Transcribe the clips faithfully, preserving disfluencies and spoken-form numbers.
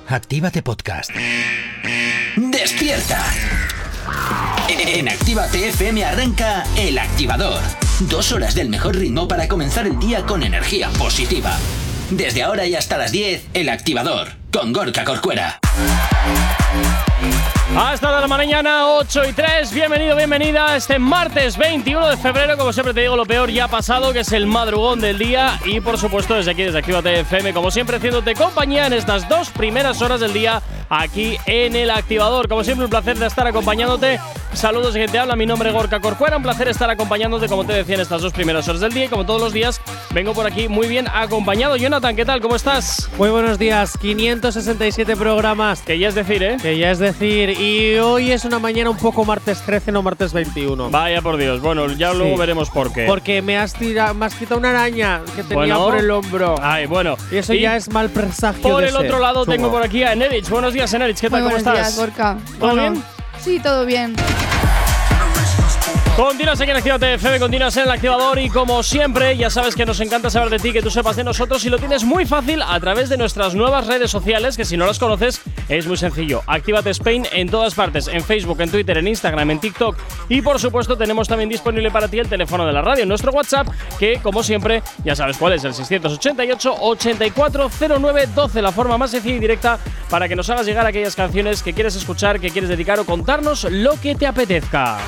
Actívate Podcast. ¡Despierta! En Actívate F M arranca El Activador. Dos horas del mejor ritmo para comenzar el día con energía positiva. Desde ahora y hasta las diez, El Activador, con Gorka Corcuera. Hasta la mañana, ocho y tres. Bienvenido, bienvenida. Este martes veintiuno de febrero, como siempre te digo, lo peor ya ha pasado, que es el madrugón del día. Y por supuesto, desde aquí, desde Actívate F M, como siempre, haciéndote compañía en estas dos primeras horas del día aquí en El Activador. Como siempre, un placer de estar acompañándote. Saludos de quien te habla, mi nombre es Gorka Corcuera. Un placer estar acompañándote, como te decía, en estas dos primeras horas del día. Y como todos los días, vengo por aquí muy bien acompañado. Jonathan, ¿qué tal? ¿Cómo estás? Muy buenos días. quinientos sesenta y siete programas. Que ya es decir, ¿eh? Que ya es decir. Y hoy es una mañana un poco martes trece, no martes veintiuno. Vaya por Dios. Bueno, ya luego Sí. veremos por qué. Porque me has, tira, me has quitado una araña que tenía Bueno. por el hombro. Ay, bueno. Y eso ya es mal presagio. Por de el ser otro lado chungo. tengo por aquí a Enerich. Buenos días, Enerich. ¿Qué tal? Muy ¿Cómo buenos estás? días, Gorka. ¿Todo Bueno, bien? Sí, todo bien. Continúas aquí en Actívate F M, continúas en El Activador y como siempre, ya sabes que nos encanta saber de ti, que tú sepas de nosotros y lo tienes muy fácil a través de nuestras nuevas redes sociales, que si no las conoces es muy sencillo. Actívate Spain en todas partes, en Facebook, en Twitter, en Instagram, en TikTok y por supuesto tenemos también disponible para ti el teléfono de la radio, nuestro WhatsApp, que como siempre ya sabes cuál es, el seiscientos ochenta y ocho, ochenta y cuatro cero nueve doce, la forma más sencilla y directa para que nos hagas llegar aquellas canciones que quieres escuchar, que quieres dedicar o contarnos lo que te apetezca.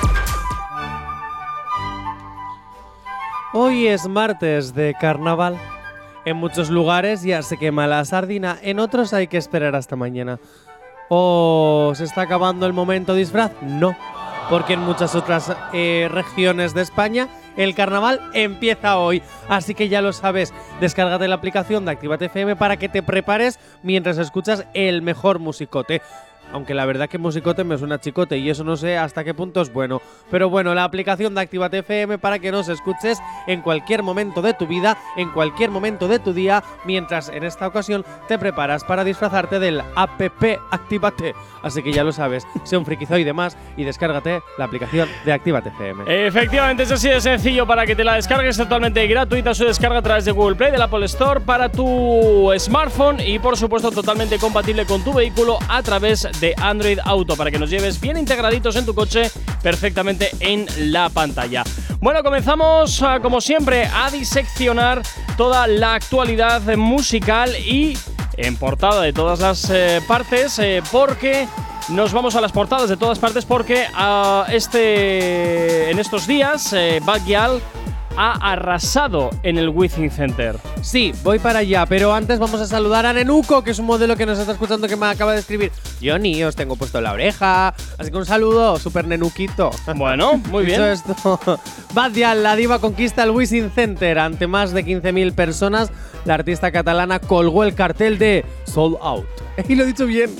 Hoy es martes de carnaval. En muchos lugares ya se quema la sardina, en otros hay que esperar hasta mañana. ¿O se está acabando el momento disfraz? No, porque en muchas otras eh, regiones de España el carnaval empieza hoy. Así que ya lo sabes, descárgate la aplicación de Actívate F M para que te prepares mientras escuchas el mejor musicote. Aunque la verdad que musicote me suena chicote y eso no sé hasta qué punto es bueno. Pero bueno, la aplicación de Actívate F M para que nos escuches en cualquier momento de tu vida, en cualquier momento de tu día, mientras en esta ocasión te preparas para disfrazarte del app Actívate. Así que ya lo sabes, sé un frikizoide más y descárgate la aplicación de Actívate F M. Efectivamente, es así de sencillo para que te la descargues, totalmente gratuita su descarga a través de Google Play, del Apple Store para tu smartphone y por supuesto totalmente compatible con tu vehículo a través de Android Auto para que nos lleves bien integraditos en tu coche perfectamente en la pantalla. Bueno, comenzamos uh, como siempre a diseccionar toda la actualidad musical y en portada de todas las eh, partes eh, porque nos vamos a las portadas de todas partes porque uh, este en estos días eh, Bad Gyal ha arrasado en el Withing Center. Sí, voy para allá, pero antes vamos a saludar a Nenuco, que es un modelo que nos está escuchando que me acaba de escribir. Johnny, os tengo puesto en la oreja. Así que un saludo, super Nenuquito. Bueno, muy bien. Dicho esto, Bad Gyal, la diva, conquista el Withing Center. Ante más de quince mil personas, la artista catalana colgó el cartel de Sold Out. Y lo he dicho bien.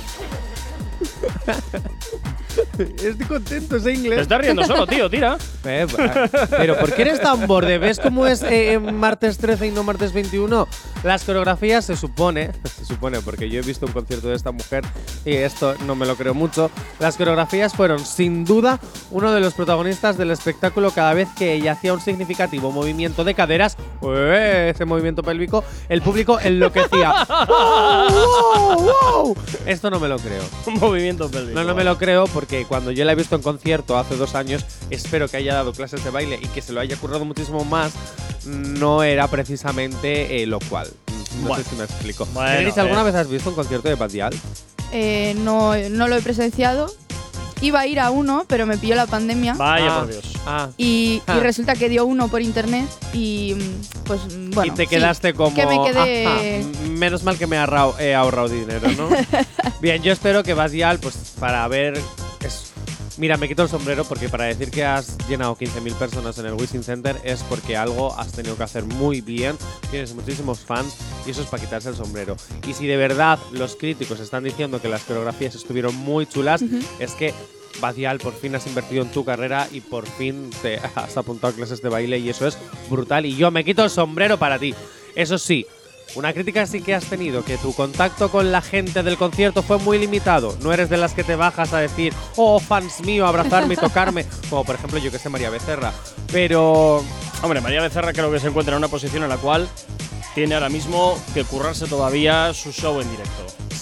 Estoy contento, ese inglés. Te estás riendo solo, tío, tira. Eh, pero ¿por qué eres tan borde? ¿Ves cómo es eh, martes trece y no martes veintiuno? Las coreografías se supone, se supone porque yo he visto un concierto de esta mujer y esto no me lo creo mucho. Las coreografías fueron sin duda uno de los protagonistas del espectáculo. Cada vez que ella hacía un significativo movimiento de caderas, eh, ese movimiento pélvico, el público enloquecía. ¡Wow, wow, wow! Esto no me lo creo. Un movimiento pélvico. No, no me lo creo porque cuando yo la he visto en concierto hace dos años, espero que haya dado clases de baile y que se lo haya currado muchísimo más, no era precisamente eh, lo cual. No bueno. sé si me explico. Bueno, Neris, ¿alguna eh. vez has visto un concierto de Bad Gyal? Eh, no, no lo he presenciado. Iba a ir a uno, pero me pilló la pandemia. Vaya Ah, por Dios. Ah. Y, Ah. y resulta que dio uno por internet y pues bueno. y te sí, quedaste como… que me quedé… "Ajá, menos mal que me he ahorrado, he ahorrado dinero, ¿no? Bien, yo espero que Bad Gyal, pues para ver… Es, mira, me quito el sombrero porque para decir que has llenado quince mil personas en el Withing Center es porque algo has tenido que hacer muy bien, tienes muchísimos fans y eso es para quitarse el sombrero. Y si de verdad los críticos están diciendo que las coreografías estuvieron muy chulas, Uh-huh. es que Bad Gyal, por fin has invertido en tu carrera y por fin te has apuntado a clases de baile y eso es brutal y yo me quito el sombrero para ti. Eso sí, una crítica sí que has tenido, que tu contacto con la gente del concierto fue muy limitado. No eres de las que te bajas a decir, oh, fans mío, abrazarme y tocarme, como por ejemplo yo que sé, María Becerra. Pero… Hombre, María Becerra creo que se encuentra en una posición en la cual tiene ahora mismo que currarse todavía su show en directo.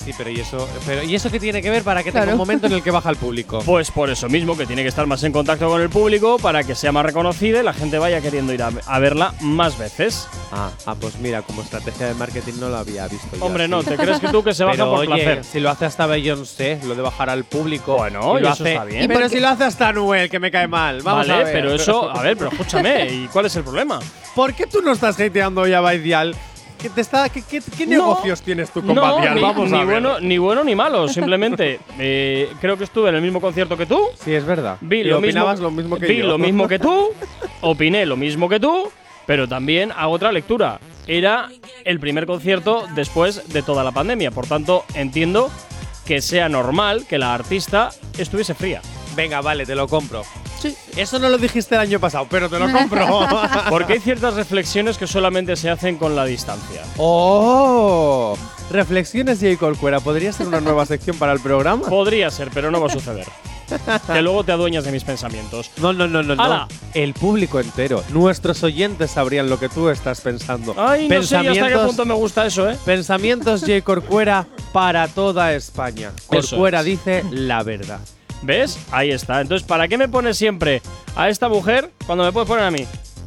Sí, pero ¿y eso, pero ¿y eso qué tiene que ver para que Claro. tenga un momento en el que baja el público? Pues por eso mismo, que tiene que estar más en contacto con el público para que sea más reconocida y la gente vaya queriendo ir a, a verla más veces. Ah, ah, pues mira, como estrategia de marketing no lo había visto yo Hombre, así. no, ¿te crees que tú que se baja Pero por oye, placer? si lo hace hasta Beyoncé, lo de bajar al público. Bueno, y y lo eso hace, está bien. ¿Y Pero por si qué? lo hace hasta Noel, que me cae mal. Vamos vale, a ver. pero eso, a ver, pero escúchame, ¿y cuál es el problema? ¿Por qué tú no estás hateando hoy a Baidial? ¿Qué, te está, qué, qué, qué No. negocios tienes tú con No, Baidial? ni, Vamos ni a ver. bueno, ni bueno ni malo, simplemente eh, creo que estuve en el mismo concierto que tú. Sí, es verdad. Vi, y lo mismo, opinabas lo mismo que vi yo. lo mismo que tú, opiné lo mismo que tú, pero también hago otra lectura. Era el primer concierto después de toda la pandemia, por tanto entiendo que sea normal que la artista estuviese fría. Venga, vale, te lo compro. Sí. Eso no lo dijiste el año pasado, pero te lo compro. Porque hay ciertas reflexiones que solamente se hacen con la distancia. ¡Oh! Reflexiones J. Corcuera. ¿Podría ser una nueva sección para el programa? Podría ser, pero no va a suceder. Que luego te adueñas de mis pensamientos. No, no, no, no, no. ¡Hala! El público entero, nuestros oyentes sabrían lo que tú estás pensando. Ay, no sé hasta qué punto me gusta eso, ¿eh? Pensamientos J. Corcuera para toda España. Eso Corcuera es. dice la verdad. ¿Ves? Ahí está. Entonces, ¿para qué me pones siempre a esta mujer cuando me puedes poner a mí?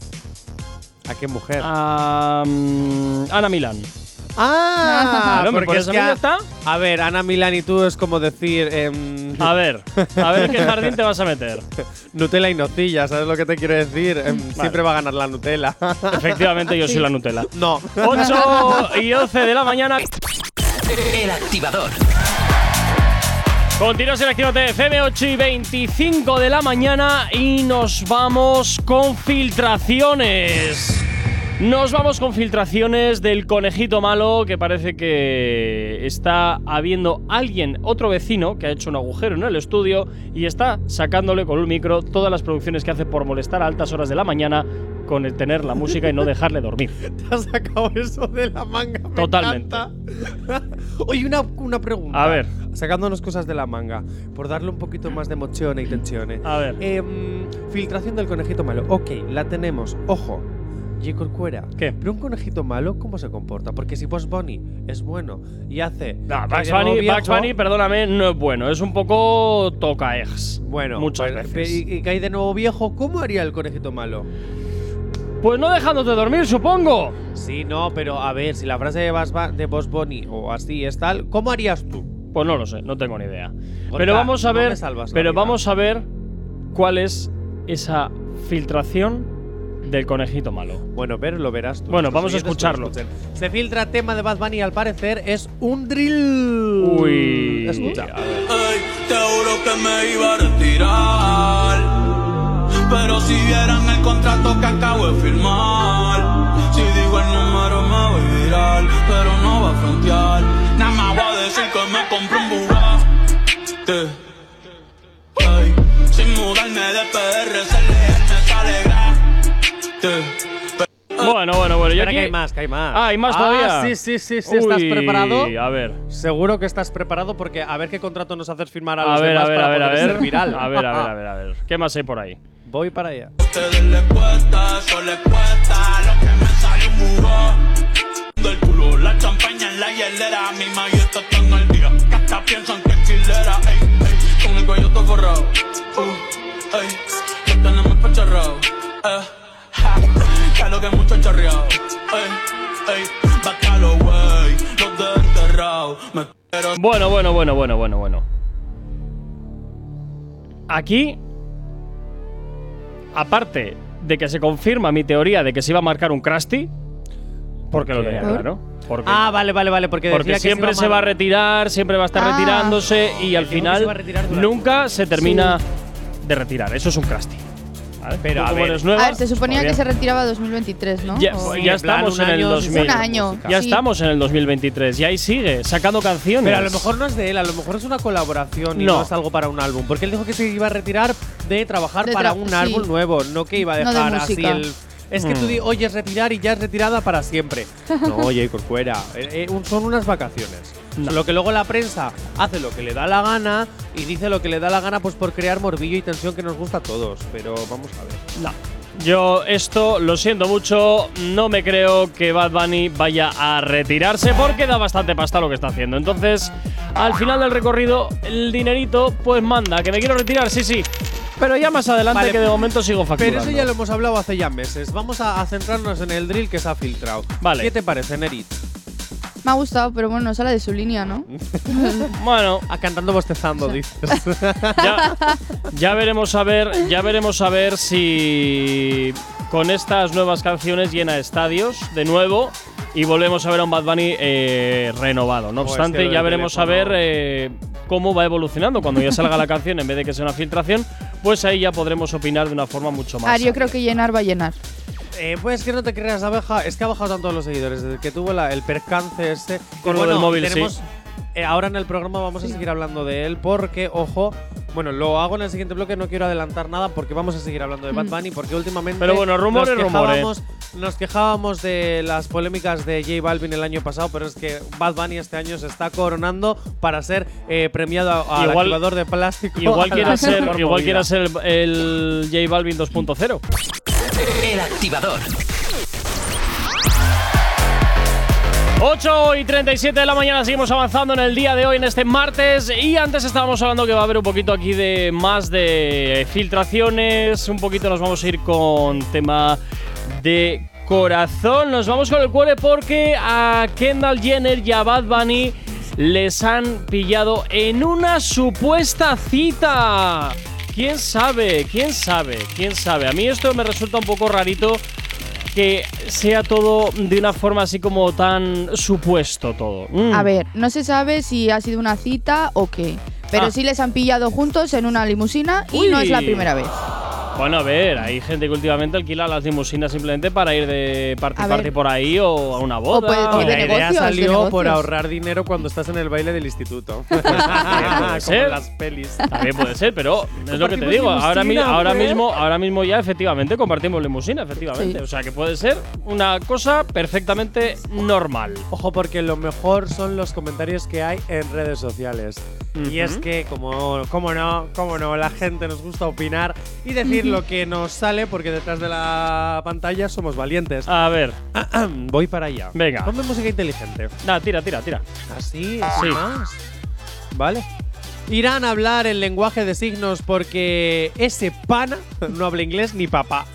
¿A qué mujer? A mm, Ana Milán. Ah, Claro, me porque pones es a que mí y ya a, está. a ver, Ana Milán y tú es como decir em, A ver, a ver qué jardín te vas a meter. Nutella y nocilla, ¿sabes lo que te quiero decir? Em, Siempre va a ganar la Nutella. Efectivamente, yo soy la Nutella. No. ocho y once de la mañana. El activador. Continuas en Actívate F M, ocho y veinticinco de la mañana y nos vamos con filtraciones. Nos vamos con filtraciones del conejito malo, que parece que está habiendo alguien, otro vecino, que ha hecho un agujero en el estudio y está sacándole con un micro todas las producciones que hace por molestar a altas horas de la mañana con el tener la música y no dejarle dormir. Te has sacado eso de la manga. Me Totalmente. encanta. Oye, una, una pregunta. A ver. Sacándonos cosas de la manga, por darle un poquito más de emoción y tensión. A ver. Em, filtración del conejito malo. Ok, la tenemos. Ojo. J. Corcuera. ¿Qué? Pero un conejito malo, ¿cómo se comporta? Porque si Bugs Bunny es bueno y hace. No, que Bugs de nuevo Bunny, viejo- Bugs Bunny, perdóname, no es bueno. Es un poco tocaegs. Bueno, muchas pues, veces. Y, y cae de nuevo viejo, ¿cómo haría el conejito malo? Pues no dejándote dormir, supongo. Sí, no, pero a ver, si la frase de Bugs Bu- de Bugs Bunny o así es tal, ¿cómo harías tú? Pues no lo sé, no tengo ni idea. Gorka, Pero vamos a no ver, me salvas la pero vida. vamos a ver cuál es esa filtración del conejito malo. Bueno, ver, lo verás tú. Bueno, Nuestros vamos a oyentes escucharlo. que lo escuchen. Se filtra tema de Bad Bunny y al parecer es un drill. Uy, Escucha. a ver. Ey, te juro que me iba a retirar, pero si vieran el contrato que acabo de firmar, si digo el número me voy viral, pero no va a frontear. Nada más voy a decir que me compré un Bugatti. Ey, sin mudarme de P R, ser leal me sale gratis. Bueno, bueno, bueno. Yo Espera aquí… que hay más, que hay más. Ah, ¿hay más todavía? Ah, sí, sí, sí, sí. ¿Estás Uy, preparado? A ver. Seguro que estás preparado porque a ver qué contrato nos haces firmar a A los ver, demás a ver, para a ver, a poder ver. ser viral. A ver, a ver, a ver, a ver. ¿Qué más hay por ahí? Voy para allá. A ustedes les cuesta, eso les cuesta lo que me sale un Bugatti. Del culo, la champaña en la hielera, mi malleta está en el día, que hasta piensan que es chilera, ey, ey, con el cuello todo forrado, uh, ey, ya tenemos pacharrado, eh, ja, ya lo que mucho chorreado, ey, ey, bacalo, wey, los de enterrado, me quiero. Bueno, bueno, bueno, bueno, bueno, bueno. Aquí, aparte de que se confirma mi teoría de que se iba a marcar un Krusty, porque lo qué? tenía claro. Porque, Ah, vale, vale, vale. Porque, porque decía que siempre se va a retirar, siempre va a estar Ah. retirándose y al Que dijo que se iba a final retirar durante- nunca se termina de retirar. Eso es un Krusty. ¿Vale? Pero, Tú a como ver. eres nueva, A ver, se suponía todavía- que se retiraba dos mil veintitrés, ¿no? Ya, O- ya en plan, estamos un en el año dos mil. Un año. Ya Sí. estamos en el dos mil veintitrés y ahí sigue sacando canciones. Pero a lo mejor no es de él, a lo mejor es una colaboración y No. no, es algo para un álbum. Porque él dijo que se iba a retirar de trabajar De para tra- un sí. álbum nuevo, no que iba a No de dejar así música. el. Es que tú Mm. di, oye, es retirar y ya es retirada para siempre. No, oye, Corcuera, eh, eh, un- son unas vacaciones. No. Lo que luego la prensa hace lo que le da la gana y dice lo que le da la gana pues por crear morbillo y tensión que nos gusta a todos. Pero vamos a ver. No. Yo esto, lo siento mucho, no me creo que Bad Bunny vaya a retirarse porque da bastante pasta lo que está haciendo. Entonces, al final del recorrido, el dinerito, pues manda. ¿Que me quiero retirar? Sí, sí. Pero ya más adelante, vale, que de momento sigo facturando. Pero eso ya lo hemos hablado hace ya meses. Vamos a, a centrarnos en el drill que se ha filtrado. Vale. ¿Qué te parece, Nerit? Me ha gustado, pero bueno, sale de su línea, ¿no? Bueno, a cantando bostezando, dices. ya, ya veremos a ver, ya veremos a ver si con estas nuevas canciones llena estadios de nuevo y volvemos a ver a un Bad Bunny eh, renovado. No obstante, oh, es que ya veremos teléfono. a ver eh, cómo va evolucionando. Cuando ya salga la canción, en vez de que sea una filtración, pues ahí ya podremos opinar de una forma mucho más. Ah, yo creo que llenar va a llenar. Eh, pues que no te creas, abeja, es que ha bajado tanto los seguidores desde que tuvo la, el percance este. Con lo bueno, del móvil, tenemos, sí. Eh, ahora en el programa vamos a seguir hablando de él porque, ojo, bueno, lo hago en el siguiente bloque, no quiero adelantar nada porque vamos a seguir hablando de Bad Bunny porque últimamente pero bueno, rumores, nos, quejábamos, rumores. nos quejábamos de las polémicas de J Balvin el año pasado, pero es que Bad Bunny este año se está coronando para ser eh, premiado al activador de plástico. Igual quiera ser, igual quiera ser el, el J Balvin dos punto cero. El activador. ocho y treinta y siete de la mañana, seguimos avanzando en el día de hoy, en este martes. Y antes estábamos hablando que va a haber un poquito aquí de más de filtraciones. Un poquito nos vamos a ir con tema de corazón. Nos vamos con el cuore porque a Kendall Jenner y a Bad Bunny les han pillado en una supuesta cita. ¿Quién sabe? ¿Quién sabe? ¿Quién sabe? A mí esto me resulta un poco rarito que sea todo de una forma así como tan supuesto todo. Mm. A ver, no se sabe si ha sido una cita o qué, pero ah. sí les han pillado juntos en una limusina y Uy. no es la primera vez. Bueno, a ver, hay gente que últimamente alquila las limusinas simplemente para ir de party a party ver. por ahí o a una boda. O puede, o y de la negocios, idea salió de por ahorrar dinero cuando estás en el baile del instituto. Puede ser. Como las pelis. También puede ser, pero es lo que te digo. Ahora, mi, ahora, mismo, ahora mismo ya efectivamente compartimos limusina, efectivamente. Sí. O sea que puede ser una cosa perfectamente normal. Ojo, porque lo mejor son los comentarios que hay en redes sociales. Uh-huh. Y es que, como, como no, como no, la gente nos gusta opinar y decir lo que nos sale porque detrás de la pantalla somos valientes. A ver. Voy para allá. Venga. Ponme música inteligente. Nah, tira, tira, tira. ¿Así? Sí. Más? Vale. Irán a hablar el lenguaje de signos porque ese pana no habla inglés ni papá.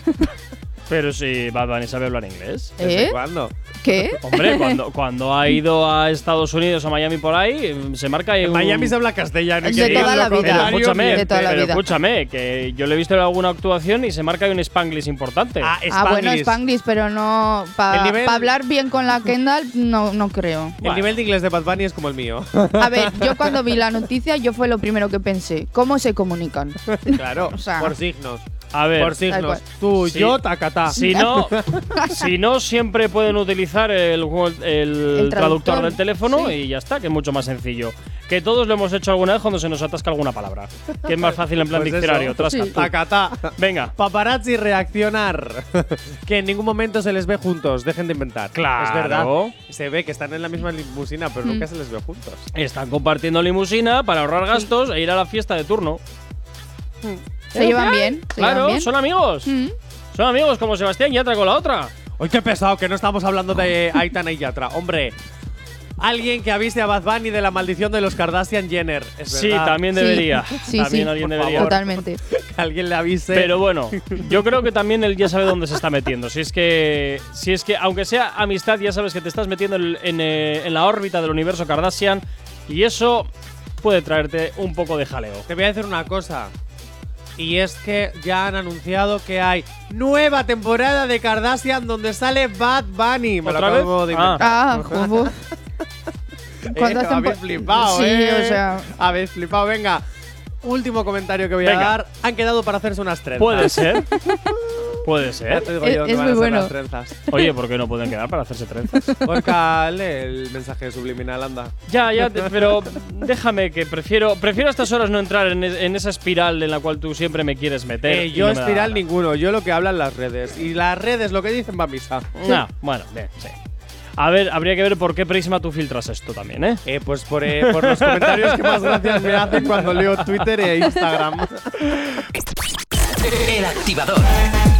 Pero si Bad Bunny sabe hablar inglés. ¿Desde ¿Eh? cuándo? ¿Qué? Hombre, cuando, cuando ha ido a Estados Unidos, a Miami por ahí, se marca ahí en un… Miami se habla castellano. De toda la vida. Pero escúchame, de toda la pero vida. escúchame, que yo le he visto en alguna actuación y se marca ahí un Spanglish importante. Ah, ah bueno, Spanglish, pero no… Para pa hablar bien con la Kendall, no, no creo. El bueno. nivel de inglés de Bad Bunny es como el mío. A ver, yo cuando vi la noticia, yo fue lo primero que pensé. ¿Cómo se comunican? Claro, o sea, por signos. A ver, por signos. Tú, sí. yo, tacatá. Si no, si no, siempre pueden utilizar el, el, el traductor. traductor del teléfono sí. y ya está, que es mucho más sencillo. Que todos lo hemos hecho alguna vez cuando se nos atasca alguna palabra. Que es más fácil en plan pues diccionario. Sí. Tacatá. Venga. Paparazzi reaccionar. Que en ningún momento se les ve juntos. Dejen de inventar. Claro. Es verdad. Se ve que están en la misma limusina, pero mm. nunca se les ve juntos. Están compartiendo limusina para ahorrar gastos e ir a la fiesta de turno. Mm. Se llevan bien. Se claro, llevan bien. son amigos. Mm. Son amigos como Sebastián Yatra con la otra. ¡Ay, qué pesado! Que no estamos hablando de Aitana y Yatra. Hombre, alguien que avise a Bad Bunny de la maldición de los Kardashian Jenner. Es sí, verdad. también debería. Sí, también sí, alguien por debería. Favor. Totalmente. Que alguien le avise. Pero bueno, yo creo que también él ya sabe dónde se está metiendo. Si es que, si es que aunque sea amistad, ya sabes que te estás metiendo en, en, en la órbita del universo Kardashian y eso puede traerte un poco de jaleo. Te voy a decir una cosa. Y es que ya han anunciado que hay nueva temporada de Kardashian donde sale Bad Bunny. Me lo acabo vez? de inventar. Ah, ¿cómo? eh, habéis flipado, sí, eh. o sea. Habéis flipado. Venga, último comentario que voy Venga. a dar. Han quedado para hacerse unas trenzas. Puede ser. Puede ser. Ya te digo yo es es van muy a bueno. Las trenzas. Oye, ¿por qué no pueden quedar para hacerse trenzas? Gorka, lee el mensaje subliminal, anda. Ya, ya, te, pero déjame que prefiero prefiero a estas horas no entrar en, es, en esa espiral en la cual tú siempre me quieres meter. Eh, yo no espiral ninguno, yo lo que hablan las redes. Y las redes lo que dicen va a misa. No, bueno, bien, sí. A ver, habría que ver por qué prisma tú filtras esto también, ¿eh? Eh, pues por, eh, por los comentarios que más gracias me hacen cuando leo Twitter e Instagram. El activador.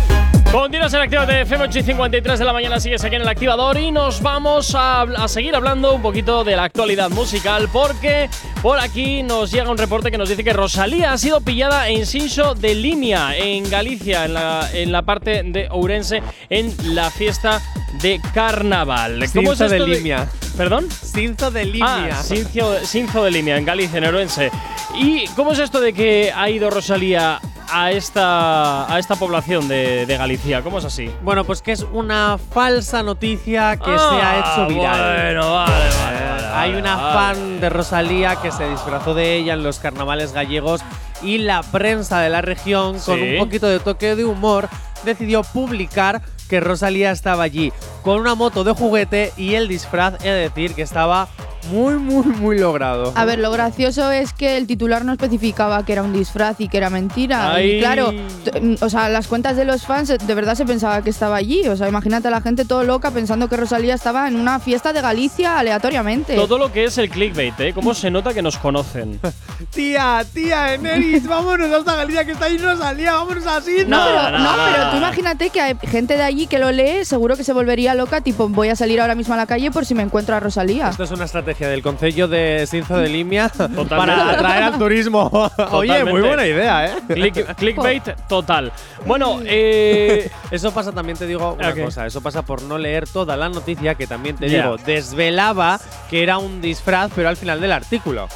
Continuas en Actívate F M, ocho y cincuenta y tres de la mañana, sigues aquí en el Activador y nos vamos a, a seguir hablando un poquito de la actualidad musical porque por aquí nos llega un reporte que nos dice que Rosalía ha sido pillada en Sinxo de Limia, en Galicia, en la, en la parte de Ourense, en la fiesta de carnaval. ¿Cómo es esto de Limia? De, ¿Perdón? Sinzo de Limia. Ah, Sinzo, Sinzo de Limia, en Galicia, en Ourense. ¿Y cómo es esto de que ha ido Rosalía a esta, a esta población de, de Galicia? ¿Cómo es así? Bueno, pues que es una falsa noticia que ah, se ha hecho viral. Bueno, vale, vale, Eh, vale, Hay vale, una vale. fan de Rosalía que se disfrazó de ella en los carnavales gallegos y la prensa de la región, con Sí. un poquito de toque de humor, decidió publicar que Rosalía estaba allí con una moto de juguete y el disfraz, he de decir que estaba muy, muy, muy logrado. A ver, lo gracioso es que el titular no especificaba que era un disfraz y que era mentira. Ay. Y claro, t- o sea, las cuentas de los fans de verdad se pensaba que estaba allí. O sea, imagínate a la gente todo loca pensando que Rosalía estaba en una fiesta de Galicia aleatoriamente. Todo lo que es el clickbait, ¿eh? ¿Cómo se nota que nos conocen? Tía, tía, Eneris, vámonos hasta Galicia que está ahí Rosalía, vámonos así. No, No, pero, no, no, no, pero no. tú imagínate que hay gente de allí que lo lee, seguro que se volvería loca, tipo, voy a salir ahora mismo a la calle por si me encuentro a Rosalía. Esto es una estrategia del Concello de Sinzo de Limia para atraer al turismo. Oye, muy buena idea, ¿eh? Click- clickbait total. Bueno, eh… Eso pasa, también te digo una Ok. cosa, eso pasa por no leer toda la noticia, que también te Ya. digo, desvelaba que era un disfraz, pero al final del artículo.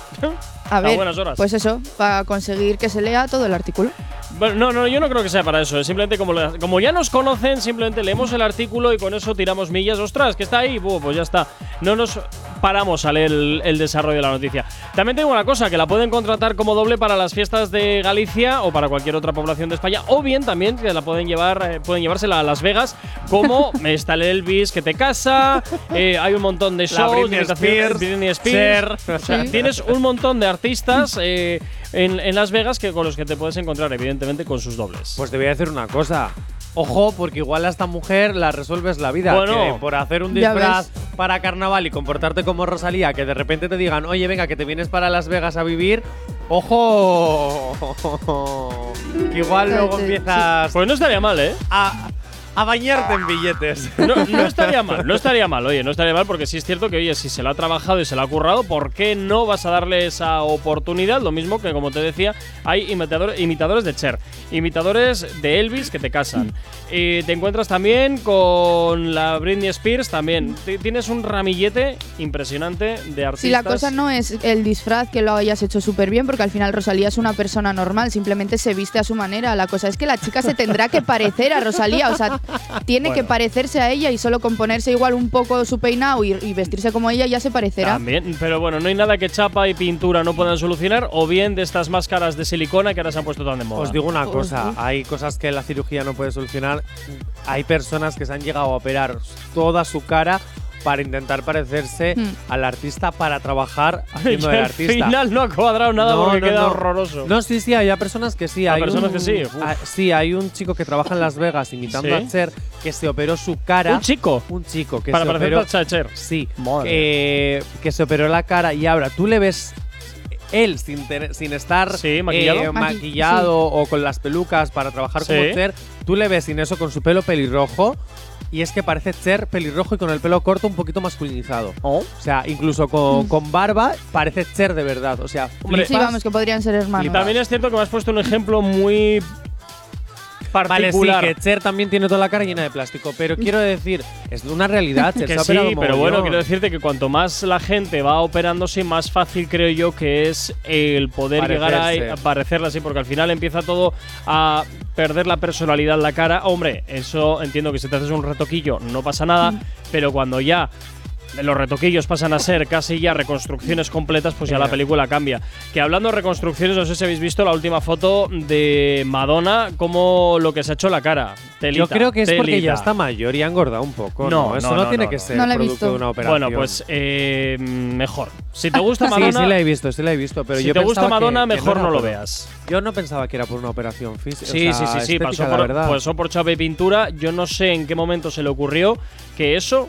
A ver, buenas horas. pues eso, para conseguir que se lea todo el artículo. Bueno, no, no, yo no creo que sea para eso. Es simplemente como, le- como ya nos conocen, simplemente leemos el artículo y con eso tiramos millas. Ostras, que está ahí, Buh, pues ya está. No nos paramos a leer el, el desarrollo de la noticia. También tengo una cosa, que la pueden contratar como doble para las fiestas de Galicia o para cualquier otra población de España, o bien también que la pueden llevar, eh, pueden llevársela a Las Vegas, como está el Elvis que te casa, eh, hay un montón de La shows, Britney de imitación- Spears, Britney Spears. Cher. O sea, Sí. tienes un montón de artistas eh, en, en Las Vegas que con los que te puedes encontrar, evidentemente, con sus dobles. Pues te voy a decir una cosa. Ojo, porque igual a esta mujer la resuelves la vida. Bueno. Que por hacer un Ya disfraz para carnaval y comportarte como Rosalía, que de repente te digan, oye, venga, que te vienes para Las Vegas a vivir. ¡Ojo! Que igual luego Sí. empiezas Pues no estaría mal, ¿eh? a, a bañarte en billetes. No, no estaría mal, no estaría mal, oye, no estaría mal porque sí es cierto que, oye, si se lo ha trabajado y se lo ha currado, ¿por qué no vas a darle esa oportunidad? Lo mismo que, como te decía, hay imitador- imitadores de Cher, imitadores de Elvis que te casan. Y te encuentras también con la Britney Spears, también. T- Tienes un ramillete impresionante de artistas. Si la cosa no es el disfraz que lo hayas hecho súper bien, porque al final Rosalía es una persona normal, simplemente se viste a su manera. La cosa es que la chica se tendrá que parecer a Rosalía, o sea, tiene que parecerse a ella y solo con ponerse igual un poco su peinado y, y vestirse como ella ya se parecerá. También, pero bueno, no hay nada que chapa y pintura no puedan solucionar, o bien de estas máscaras de silicona que ahora se han puesto tan de moda. Os digo una Os cosa, digo. hay cosas que la cirugía no puede solucionar. Hay personas que se han llegado a operar toda su cara para intentar parecerse Hmm. al artista, para trabajar haciendo Y del al artista. final no ha cuadrado nada No, porque no, queda no. horroroso. No, sí, sí, hay personas que sí. Hay Hay personas un- que sí, uf. ah, sí, hay un chico que trabaja en Las Vegas imitando ¿Sí? a Cher que se operó su cara. Un chico. Un chico que Para se parecer operó. a Cher. Sí, Madre. que, que se operó la cara y ahora tú le ves él sin, tener- sin estar Sí, maquillado. eh, Maqui- maquillado o con las pelucas para trabajar como Sí. Cher, tú le ves sin eso con su pelo pelirrojo y es que parece Cher pelirrojo y con el pelo corto un poquito masculinizado. Oh. O sea, incluso con, con barba parece Cher de verdad. O sea, Hombre, Sí, flipas. vamos, que podrían ser hermanos. Y también es cierto que me has puesto un ejemplo muy Vale, sí, particular. que Cher también tiene toda la cara llena de plástico, pero quiero decir, es una realidad. Cher Que se ha sí, operado pero bueno, mogollón. quiero decirte que cuanto más la gente va operándose, más fácil creo yo que es el poder llegar Parecerse. a, a parecerla así, porque al final empieza todo a perder la personalidad en la cara. Hombre, eso entiendo que si te haces un retoquillo no pasa nada, pero cuando ya los retoquillos pasan a ser casi ya reconstrucciones completas, pues ya la película cambia. Que hablando de reconstrucciones, no sé si habéis visto la última foto de Madonna, como lo que se ha hecho la cara. Telita, Yo creo que es porque telita. ya está mayor y ha engordado un poco. No, No, eso no, no, no, tiene no, que no. ser No la he producto visto. de una operación. Bueno, pues eh, mejor. Si te gusta sí, Madonna, sí la he visto, sí la he visto, pero si yo te gusta pensaba que- Madonna, que mejor era no lo por- veas. Yo no pensaba que era por una operación física. Sí, o sea, sí, sí, sí, estética, pasó la por, verdad. pasó por chapa y pintura. Yo no sé en qué momento se le ocurrió que eso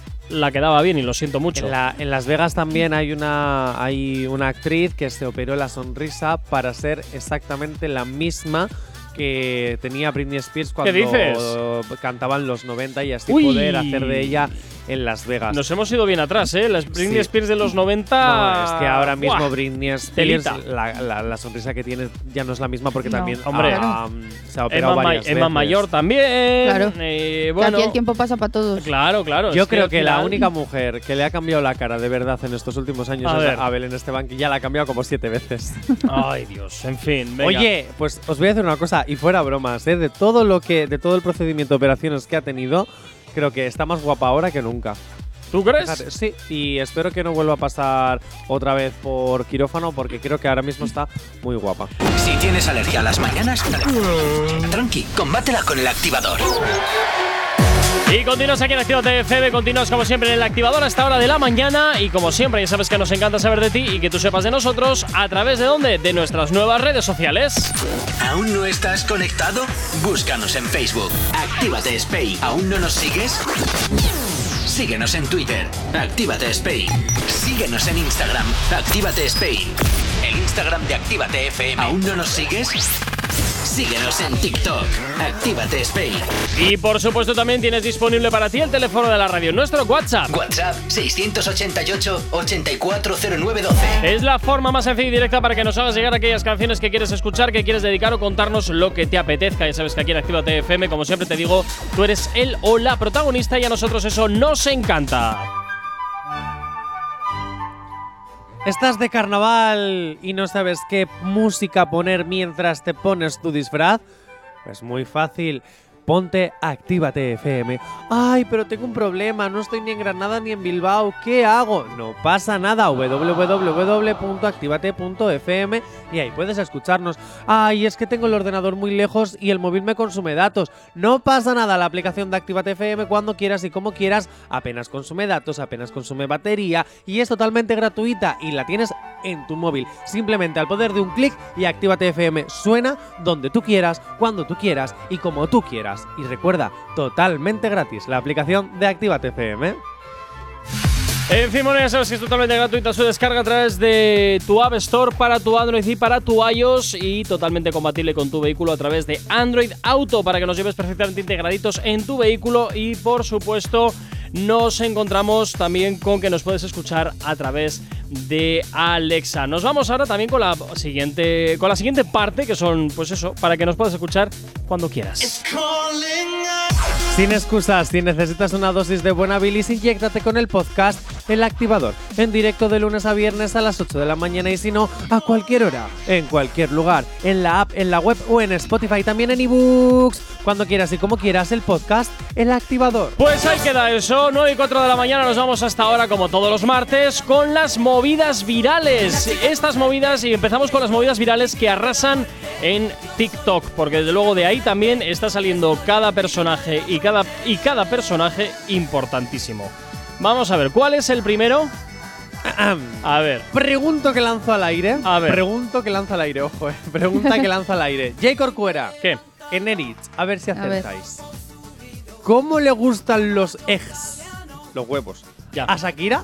la quedaba bien y lo siento mucho. En, la- en Las Vegas también hay una, hay una actriz que se operó la sonrisa para ser exactamente la misma que tenía Britney Spears cuando ¿Qué dices? cantaban los noventa y así Uy. poder hacer de ella en Las Vegas. Nos hemos ido bien atrás, ¿eh? Las Britney Sí. Spears de los noventa. No, es que ahora mismo ¡buah! Britney Spears, Telita. la, la, la sonrisa que tiene ya no es la misma porque No. también Hombre. ha- ha- se ha operado Emma, Ma- varias Emma veces. Mayor también. Claro. eh, Que bueno, aquí el tiempo pasa para todos. Claro, claro. Yo es creo al que, la final- única mujer que le ha cambiado la cara de verdad en estos últimos años A es ver. a Belén Esteban, que ya la ha cambiado como siete veces. Ay, Dios. En fin, venga. Oye, pues os voy a decir una cosa, y fuera bromas, ¿eh? de todo lo que, de todo el procedimiento de operaciones que ha tenido, creo que está más guapa ahora que nunca. ¿tú crees? Fíjate, sí, y espero que no vuelva a pasar otra vez por quirófano porque creo que ahora mismo está muy guapa. Si tienes alergia a las mañanas, tranqui, combátela con el activador. Y continúas aquí en Actívate F M, continúas como siempre en el activador a esta hora de la mañana. Y como siempre, ya sabes que nos encanta saber de ti y que tú sepas de nosotros a través de dónde, de nuestras nuevas redes sociales. ¿Aún no estás conectado? Búscanos en Facebook. Actívate Spain. ¿Aún no nos sigues? Síguenos en Twitter. Actívate Spain. Síguenos en Instagram. Actívate Spain. El Instagram de Actívate F M. ¿Aún no nos sigues? Síguenos en TikTok. Actívate Spain. Y por supuesto también tienes disponible para ti el teléfono de la radio, nuestro WhatsApp. WhatsApp seiscientos ochenta y ocho, ochenta y cuatro cero nueve doce. Es la forma más sencilla y directa para que nos hagas llegar aquellas canciones que quieres escuchar, que quieres dedicar o contarnos lo que te apetezca. Ya sabes que aquí en Actívate F M, como siempre te digo, tú eres el o la protagonista y a nosotros eso nos encanta. ¿Estás de carnaval y no sabes qué música poner mientras te pones tu disfraz? Pues muy fácil. Ponte Actívate F M. Ay, pero tengo un problema, no estoy ni en Granada ni en Bilbao. ¿Qué hago? No pasa nada. doble u doble u doble u punto activate punto f m y ahí puedes escucharnos. Ay, es que tengo el ordenador muy lejos y el móvil me consume datos. No pasa nada, la aplicación de Actívate F M cuando quieras y como quieras apenas consume datos, apenas consume batería y es totalmente gratuita y la tienes en tu móvil. Simplemente al poder de un clic y Actívate F M suena donde tú quieras, cuando tú quieras y como tú quieras. Y recuerda, totalmente gratis la aplicación de Actívate F M. En fin, bueno, ya sabes que es totalmente gratuita su descarga a través de tu App Store para tu Android y para tu iOS y totalmente compatible con tu vehículo a través de Android Auto para que nos lleves perfectamente integraditos en tu vehículo y por supuesto nos encontramos también con que nos puedes escuchar a través de Alexa. Nos vamos ahora también con la siguiente con la siguiente parte que son pues eso, para que nos puedas escuchar cuando quieras. Sin excusas, si necesitas una dosis de buena bilis, inyéctate con el podcast El Activador, en directo de lunes a viernes a las ocho de la mañana y si no, a cualquier hora, en cualquier lugar, en la app, en la web o en Spotify, también en ebooks, cuando quieras y como quieras, el podcast El Activador. Pues ahí queda eso, nueve y cuatro de la mañana nos vamos hasta ahora como todos los martes con las movidas virales. Estas movidas, y empezamos con las movidas virales que arrasan en TikTok, porque desde luego de ahí también está saliendo cada personaje y cada, y cada personaje importantísimo. Vamos a ver, ¿cuál es el primero? A ver. Pregunto que lanzo al aire. A ver. Pregunto que lanzo al aire, ojo, eh. Pregunta que lanzo al aire. Jay Corcuera. ¿Qué? En Eritz, a ver si A ver. acertáis. ¿Cómo le gustan los eggs? Los huevos. Ya. ¿A Shakira?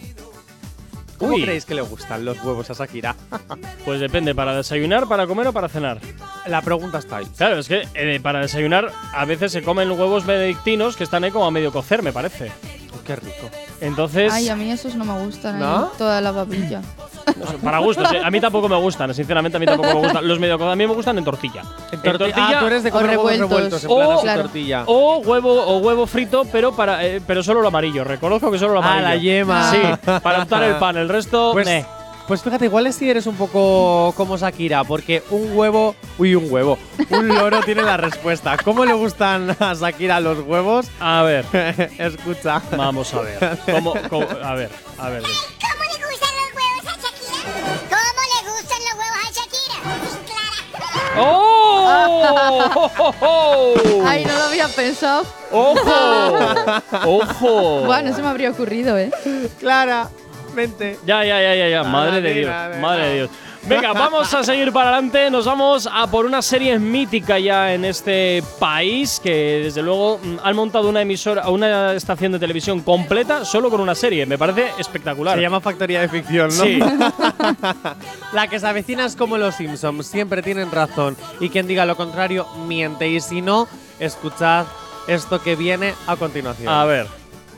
¿Cómo Uy. creéis que le gustan los huevos a Shakira? Pues depende, ¿para desayunar, para comer o para cenar? La pregunta está ahí. Claro, es que eh, para desayunar a veces se comen huevos benedictinos que están ahí como a medio cocer, me parece. Oh, qué rico. Entonces, Ay, a mí esos no me gustan, ¿No? ¿eh? Toda la babilla. no sé, para gustos, eh, a mí tampoco me gustan, sinceramente a mí tampoco me gustan. Los medio a mí me gustan en tortilla. En torti- ah, tú eres de o comer huevos revueltos. revueltos en O- plan así, claro. tortilla. O huevo o huevo frito, pero para eh, pero solo lo amarillo. Reconozco que solo lo Ah, amarillo. la yema. Sí, para untar el pan. El resto, Pues, meh. pues fíjate, igual es si eres un poco como Shakira, porque un huevo… Uy, un huevo. Un loro tiene la respuesta. ¿Cómo le gustan a Shakira los huevos? A ver, Escucha. vamos a ver. ¿Cómo, cómo- a ver, a ver. ¿Cómo le gustan los huevos a Shakira? ¿Cómo le gustan los huevos a Shakira? Clara. ¡Oh! ¡Oh, oh, oh! Ay, no lo había pensado. ¡Ojo! ¡Ojo! Bueno, no se me habría ocurrido, ¿eh? Clara, vente. Ya, ya, ya, ya, ya. Nada, Madre de nena, Dios. nena. Madre de Dios. Venga, vamos a seguir para adelante. Nos vamos a por una serie mítica ya en este país que, desde luego, han montado una emisora, una estación de televisión completa solo con una serie. Me parece espectacular. Se llama Factoría de Ficción, ¿no? Sí. La que se avecina es como los Simpsons, siempre tienen razón. Y quien diga lo contrario, miente. Y si no, escuchad esto que viene a continuación. A ver.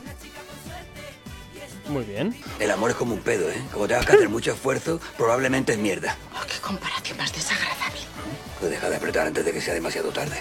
Muy bien. El amor es como un pedo, ¿eh? Como tengas que hacer mucho esfuerzo, probablemente es mierda. Oh, qué comparación más desagradable. Pues deja de apretar antes de que sea demasiado tarde.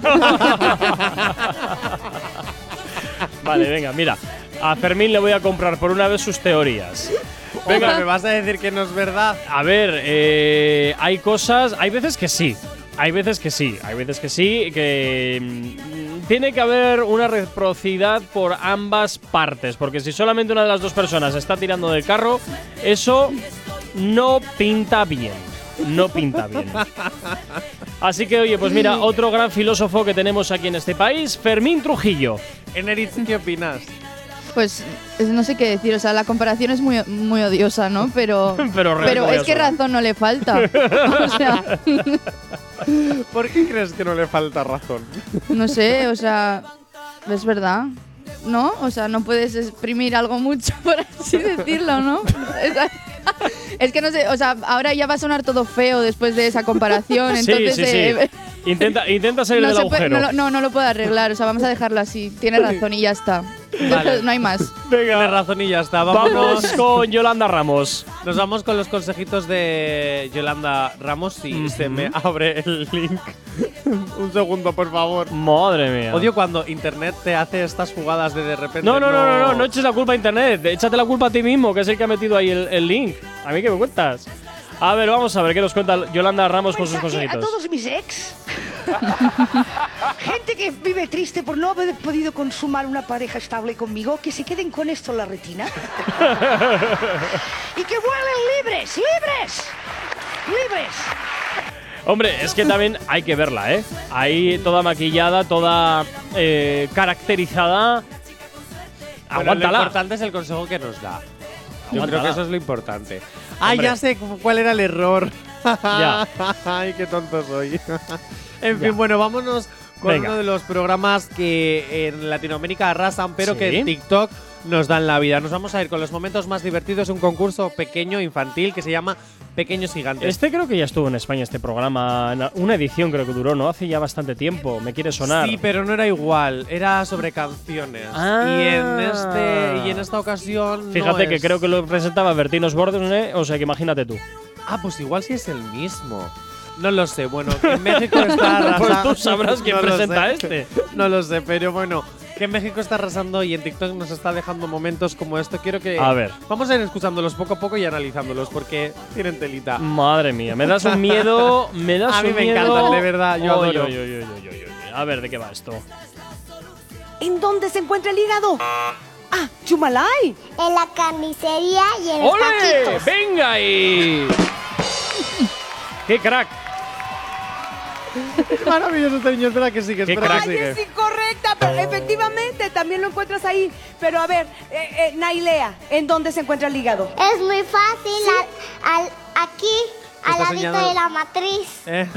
Vale, venga, mira. A Fermín le voy a comprar por una vez sus teorías. Venga, ¿me vas a decir que no es verdad? A ver, eh, hay cosas… Hay veces que sí. Hay veces que sí. Hay veces que sí. Que… mm, tiene que haber una reciprocidad por ambas partes. Porque si solamente una de las dos personas está tirando del carro, eso no pinta bien. No pinta bien. Así que, oye, pues mira, otro gran filósofo que tenemos aquí en este país, Fermín Trujillo. Eneritz, ¿qué opinas? Pues es- no sé qué decir, o sea, la comparación es muy, muy odiosa, ¿no? Pero, Pero re- pero es que odiosa. razón no le falta. O sea, ¿Por qué crees que no le falta razón? no sé, o sea, es verdad, ¿no? O sea, no puedes exprimir algo mucho, por así decirlo, ¿no? Es, es que no sé, o sea, ahora ya va a sonar todo feo después de esa comparación, Sí, entonces… sí, sí. eh, Intenta, intenta salir no, del se puede- agujero. no, lo- no, no lo puedo arreglar, o sea, vamos a dejarlo así. Tiene razón y ya está. Vale. No hay más. Tienes razón y ya está. Vámonos. Vamos con Yolanda Ramos. Nos vamos con los consejitos de Yolanda Ramos. Si se me abre el link. Un segundo, por favor. Madre mía. Odio cuando internet te hace estas jugadas de de repente. No, no, no, no, no, no eches la culpa a internet. Échate la culpa a ti mismo, que es el que ha metido ahí el, el link. ¿A mí qué me cuentas? A ver, vamos a ver qué nos cuenta Yolanda Ramos con sus Mensaje a consejitos. todos mis ex. Gente que vive triste por no haber podido consumar una pareja estable conmigo, que se queden con esto en la retina. Y que vuelen libres, libres, libres. Hombre, es que también hay que verla, ¿eh? Ahí toda maquillada, toda eh, caracterizada. Bueno, lo Aguántala. importante es el consejo que nos da. Yo Aguántala. creo que eso es lo importante. Ah, Hombre. ya sé cu- cuál era el error. Ya. Ay, qué tonto soy. En Ya. fin, bueno, vámonos con Venga. uno de los programas que en Latinoamérica arrasan, pero Sí. que en TikTok nos dan la vida. Nos vamos a ir con los momentos más divertidos de un concurso pequeño, infantil, que se llama Pequeños Gigantes. Este creo que ya estuvo en España, este programa. en Una edición creo que duró, ¿no? Hace ya bastante tiempo. Me quiere sonar. Sí, pero no era igual, era sobre canciones. Ah. Y en este y en esta ocasión no Fíjate que es- creo que lo presentaba Bertinos Bordes, ¿eh? O sea que imagínate tú. Ah, pues igual sí es el mismo. No lo sé, bueno, que en México está arrasando. Pues tú sabrás quién No lo presenta sé. este. No lo sé, pero bueno, que en México está arrasando y en TikTok nos está dejando momentos como esto. Quiero que… A ver. Vamos a ir escuchándolos poco a poco y analizándolos porque tienen telita. Madre mía, me das un miedo. Me das A mí un me miedo. encantan, de verdad, yo Oy, adoro. oy, oy, oy, oy, oy, oy. A ver, ¿de qué va esto? ¿En dónde se encuentra el hígado? Ah, Chumalay. En la carnicería y en los ¡Ole! taquitos. ¡Venga ahí! ¡Qué crack! Es maravilloso este niño, espera que sigue, Qué espera crack. que Ay, sigue. es incorrecta, pero efectivamente también lo encuentras ahí. Pero a ver, eh, eh, Nailea, ¿en dónde se encuentra el hígado? Es muy fácil. al- al- aquí, al Está ladito señalando- de la matriz. ¿Eh?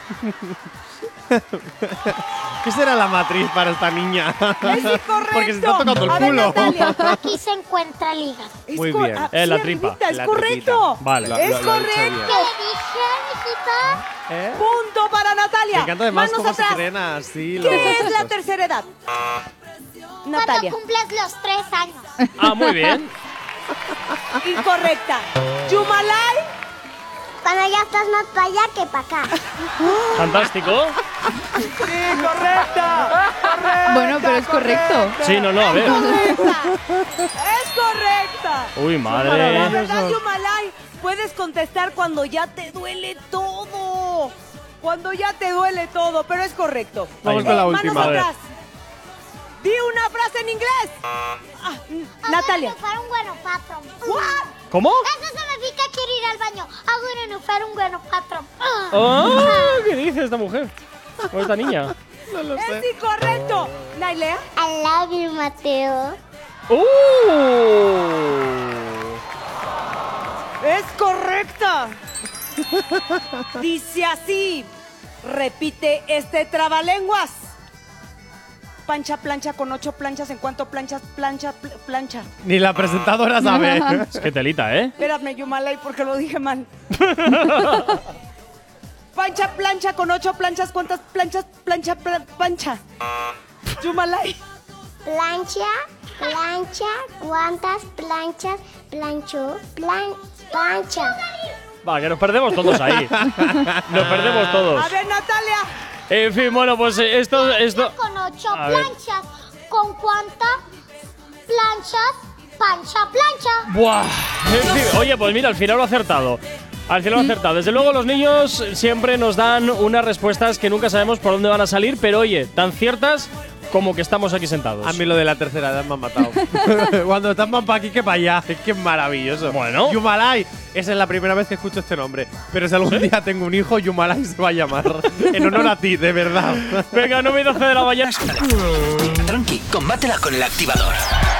¿Qué será la matriz para esta niña? Es incorrecto. Porque se está tocando el A ver, culo. Natalia. Aquí se encuentra el hígado. Es Muy cor- bien. ah, Eh, la sí, tripa. arribita, Es La correcto. tripita. Vale. Lo- Es lo- lo ha dicho correcto. bien. ¿Qué le dije, mijita? ¿Eh? Punto para Natalia. Me encanta además Manos cómo se atrás. creen así. los ¿Qué es la gestos. tercera edad? Natalia. Cuando cumples los tres años. Ah, muy bien. Incorrecta. Chumalay. Cuando ya estás más para allá que para acá. Fantástico. Sí, correcta. Correcta. Bueno, pero es correcto. Sí, no, no, a ver. Correcta. Es correcta. Uy, La madre. verdad, Yumalay, puedes contestar cuando ya te duele todo. Cuando ya te duele todo, pero es correcto. Vamos Ahí con va. la Manos última. A ver. atrás. Di una frase en inglés. Ah, Natalia. Para un bueno patrón. ¿Cómo? Eso significa quiero ir al baño. Hago un para un bueno patrón. Ah, ¿qué dice esta mujer? O esta niña. No lo sé. Es incorrecto. Nailea. I love you, Mateo. ¡Uh! Es correcta. Dice así. Repite este trabalenguas. Pancha, plancha con ocho planchas. ¿En cuánto planchas? Plancha, pl plancha. Ni la presentadora sabe. Es que telita, ¿eh? Espérame, Yumalay, porque lo dije mal. Pancha, plancha con ocho planchas. ¿Cuántas planchas? Plancha, pla plancha. Yumalay. Plancha, plancha, ¿cuántas planchas planchó? Plan, plancha. Va, que nos perdemos todos ahí. Nos perdemos todos. A ver, Natalia. En fin, bueno, pues eh, esto… esto Con ocho A ver. planchas. ¿Con cuántas planchas? Pancha, plancha. ¡Buah! En fin, oye, pues mira, al final lo he acertado. Al final lo he acertado. Desde luego los niños siempre nos dan unas respuestas que nunca sabemos por dónde van a salir, pero oye, tan ciertas como que estamos aquí sentados. A mí lo de la tercera edad me ha matado. Cuando están más para aquí que para allá. Es que es maravilloso. Bueno. Yumalay. Esa es la primera vez que escucho este nombre. Pero si algún día tengo un hijo, Yumalay se va a llamar. En honor a ti, de verdad. Venga, nueve y doce de la mañana. Tranqui, combátela con el activador.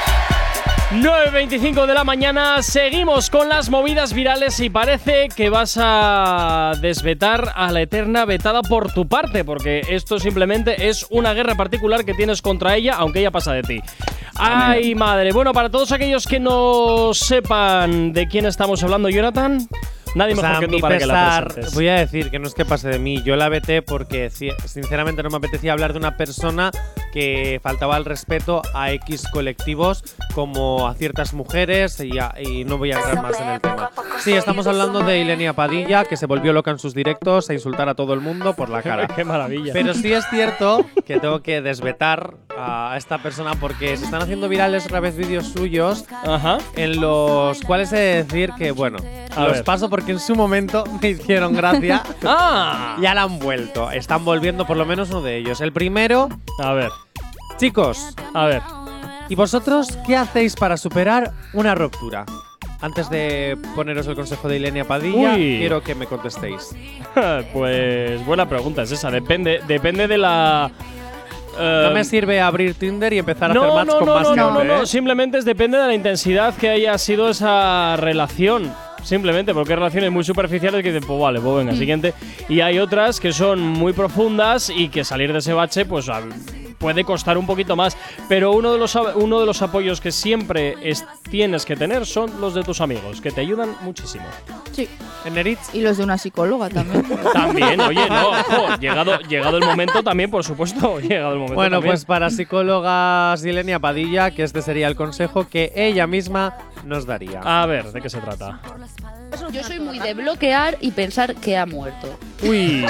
nueve y veinticinco de la mañana, seguimos con las movidas virales y parece que vas a desvetar a la eterna vetada por tu parte, porque esto simplemente es una guerra particular que tienes contra ella, aunque ella pasa de ti. ¡Ay, madre! Bueno, para todos aquellos que no sepan de quién estamos hablando, Jonathan, nadie O mejor sea, que a mi tú para que la pesar, presentes. voy a decir que no es que pase de mí. Yo la veté porque ci- sinceramente no me apetecía hablar de una persona que faltaba al respeto a X colectivos como a ciertas mujeres y, a- y no voy a entrar más en el tema. Sí, estamos hablando de Ilenia Padilla, que se volvió loca en sus directos a insultar a todo el mundo por la cara. ¡Qué maravilla! Pero sí es cierto que tengo que desvetar a esta persona porque se están haciendo virales otra vez vídeos suyos Ajá. en los cuales he de decir que, bueno, A los ver. paso porque en su momento me hicieron gracia. ¡Ah! Ya la han vuelto. Están volviendo por lo menos uno de ellos. El primero, A ver, chicos, a ver. ¿y vosotros qué hacéis para superar una ruptura? Antes de poneros el consejo de Ilenia Padilla, Uy. quiero que me contestéis. Pues buena pregunta es esa. Depende, depende de la… eh, No me sirve abrir Tinder y empezar a no, hacer match no, con no, más no, gente, no, no, no. ¿eh? Simplemente es- depende de la intensidad que haya sido esa relación. Simplemente, porque hay relaciones muy superficiales que dicen, pues vale, pues venga, siguiente. Y hay otras que son muy profundas y que salir de ese bache, pues a- puede costar un poquito más. Pero uno de los, a- uno de los apoyos que siempre es- tienes que tener son los de tus amigos, que te ayudan muchísimo. Sí. ¿En Eritz? Y los de una psicóloga también. También, oye, no, ojo, llegado, llegado el momento también, por supuesto, llegado el momento Bueno, también. pues para psicólogas Ilenia Padilla, que este sería el consejo que ella misma nos daría. A ver, ¿de qué se trata? Yo soy muy de bloquear y pensar que ha muerto. Uy.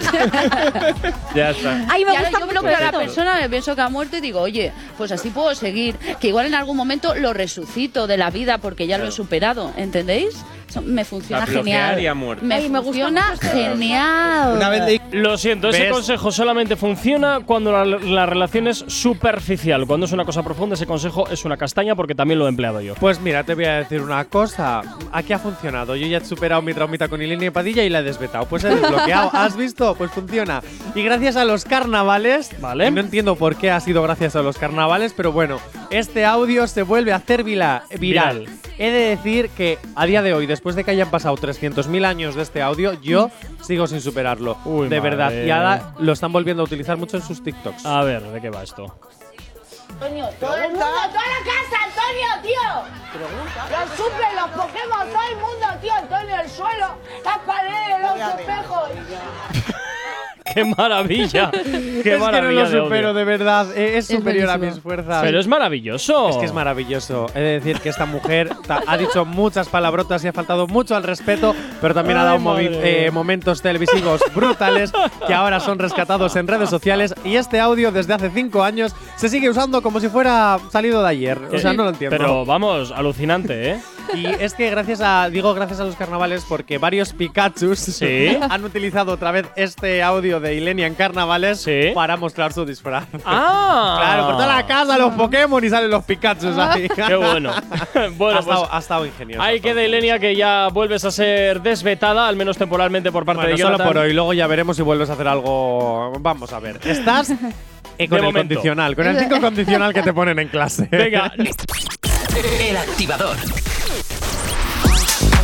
Ya está. Ay, me Y ahora gusta yo mucho bloqueo a la esto. persona, me pienso que ha muerto y digo, oye, pues así puedo seguir. Que igual en algún momento lo resucito de la vida porque ya lo he superado, ¿entendéis? Eso me funciona La bloquear genial. y ha muerto. Me Ay, me gusta funciona mucho esto. genial. Una vez leí Lo siento, ese ¿Ves? consejo solamente funciona cuando la, la relación es superficial. Cuando es una cosa profunda, ese consejo es una castaña porque también lo he empleado yo. Pues mira, te voy a decir una cosa. Aquí ha funcionado. Yo ya he superado mi traumita con Ilenia Padilla y la he desvetado. Pues he desbloqueado. ¿Has visto? Pues funciona. Y gracias a los carnavales, Vale. que no entiendo por qué ha sido gracias a los carnavales, pero bueno, este audio se vuelve a hacer vila- viral. Viral. He de decir que a día de hoy, después de que hayan pasado trescientos mil años de este audio, yo sigo sin superarlo. Uy, de madre. verdad. Y ahora lo están volviendo a utilizar mucho en sus TikToks. A ver, ¿de qué va esto? Antonio, todo el mundo, toda la casa, Antonio, tío. Los suples, los Pokémon, todo el mundo, tío, Antonio, el suelo, las paredes, los espejos. ¡Qué maravilla! ¡Qué es que no maravilla lo de audio! supero, de verdad. Eh, Es, Es superior a buenísimo. mis fuerzas. Pero es maravilloso. Es que es maravilloso. He de decir que esta mujer ta- ha dicho muchas palabrotas y ha faltado mucho al respeto, pero también ha Ay, dado movi- madre. eh, momentos televisivos brutales que ahora son rescatados en redes sociales. Y este audio, desde hace cinco años, se sigue usando como si fuera salido de ayer. O sea, no lo entiendo. Pero vamos, alucinante, ¿eh? Y es que gracias a, digo gracias a los carnavales porque varios Pikachus Sí. han utilizado otra vez este audio de Ilenia en carnavales Sí. para mostrar su disfraz. ¡Ah! Claro, por toda la casa los Pokémon y salen los Pikachus ahí. ¡Qué bueno! bueno, ha, pues estado, ha estado ingenioso. ahí queda Ilenia, que ya vuelves a ser desvetada, al menos temporalmente por parte Bueno, de solo Jonathan. por hoy, luego ya veremos si vuelves a hacer algo. Vamos a ver. Estás eh, con De el momento. condicional, con el cinco condicional que te ponen en clase. Venga, El activador.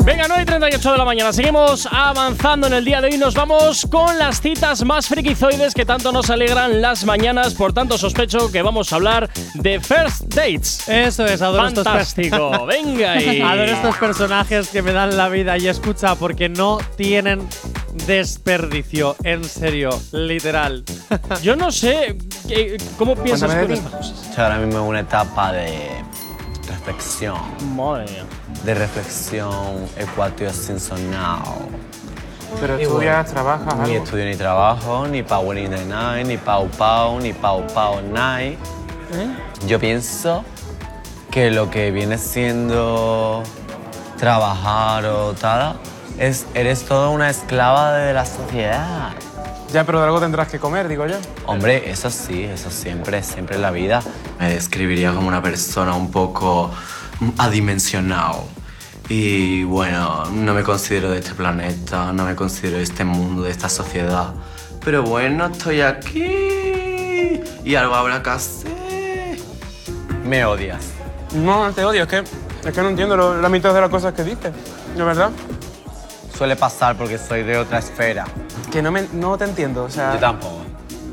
Venga, nueve y treinta y ocho de la mañana. Seguimos avanzando en el día de hoy. Nos vamos con las citas más frikizoides que tanto nos alegran las mañanas. Por tanto, sospecho que vamos a hablar de first dates. Eso es, adoro Fantástico. estos Venga ahí. Adoro estos personajes que me dan la vida. Y escucha, porque no tienen desperdicio. En serio, literal. Yo no sé ¿qué, cómo piensas tú en estas cosas. Ahora mismo es una etapa de reflexión. Madre mía. De reflexión, ecuatio sin sonado. Pero estudias, trabajas, Ni algo. estudio ni trabajo, ni pa' winning the night, ni pau pau, ni pau pau night. ¿Eh? Yo pienso que lo que viene siendo trabajar o tal, es, eres toda una esclava de la sociedad. Ya, pero de algo tendrás que comer, digo yo. Hombre, eso sí, eso siempre, siempre en la vida. Me describiría como una persona un poco adimensionado. Y bueno, no me considero de este planeta, no me considero de este mundo, de esta sociedad. Pero bueno, estoy aquí y algo habrá que hacer. Me odias. No, no te odio, es que, es que no entiendo lo- la mitad de las cosas que dices, ¿de verdad? Suele pasar porque soy de otra esfera. Que no, me, no te entiendo, o sea… Yo tampoco.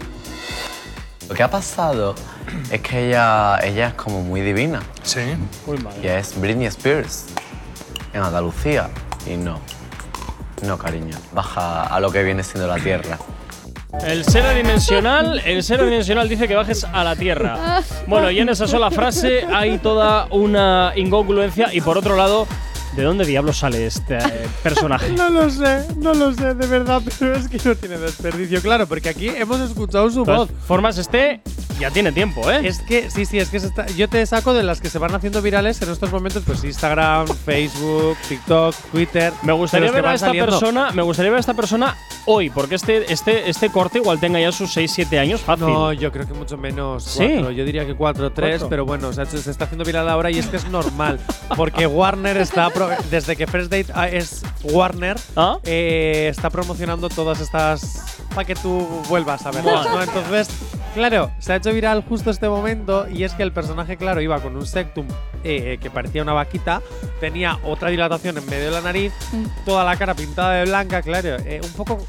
Lo que ha pasado es que ella, ella es como muy divina. Sí. Muy mal. Ella es Britney Spears en Andalucía. Y no. No, cariño. Baja a lo que viene siendo la tierra. El ser adimensional, el ser adimensional dice que bajes a la tierra. Bueno, y en esa sola frase hay toda una incongruencia. Y por otro lado, ¿de dónde diablos sale este eh, personaje? No lo sé, no lo sé, de verdad, pero es que no tiene desperdicio. Claro, porque aquí hemos escuchado su voz. Entonces, Formas este ya tiene tiempo, ¿eh? Es que, sí, sí, es que se está, yo te saco de las que se van haciendo virales en estos momentos, pues Instagram, Facebook, TikTok, Twitter. Me gustaría de los que ver a van esta saliendo. persona, me gustaría ver a esta persona hoy, porque este, este, este corte igual tenga ya sus seis siete años fácil. No, yo creo que mucho menos. ¿Sí? Cuatro. Yo diría que cuatro o tres, ¿Cuatro? pero bueno, o sea, se se está haciendo viral ahora y es que es normal. Porque Warner está, pro- desde que First Date ah, es Warner, ¿Ah? eh, está promocionando todas estas para que tú vuelvas a verlas, ¿no? Entonces, claro, se ha hecho viral justo este momento y es que el personaje, claro, iba con un sectum eh, que parecía una vaquita, tenía otra dilatación en medio de la nariz, toda la cara pintada de blanca, claro, eh, un poco…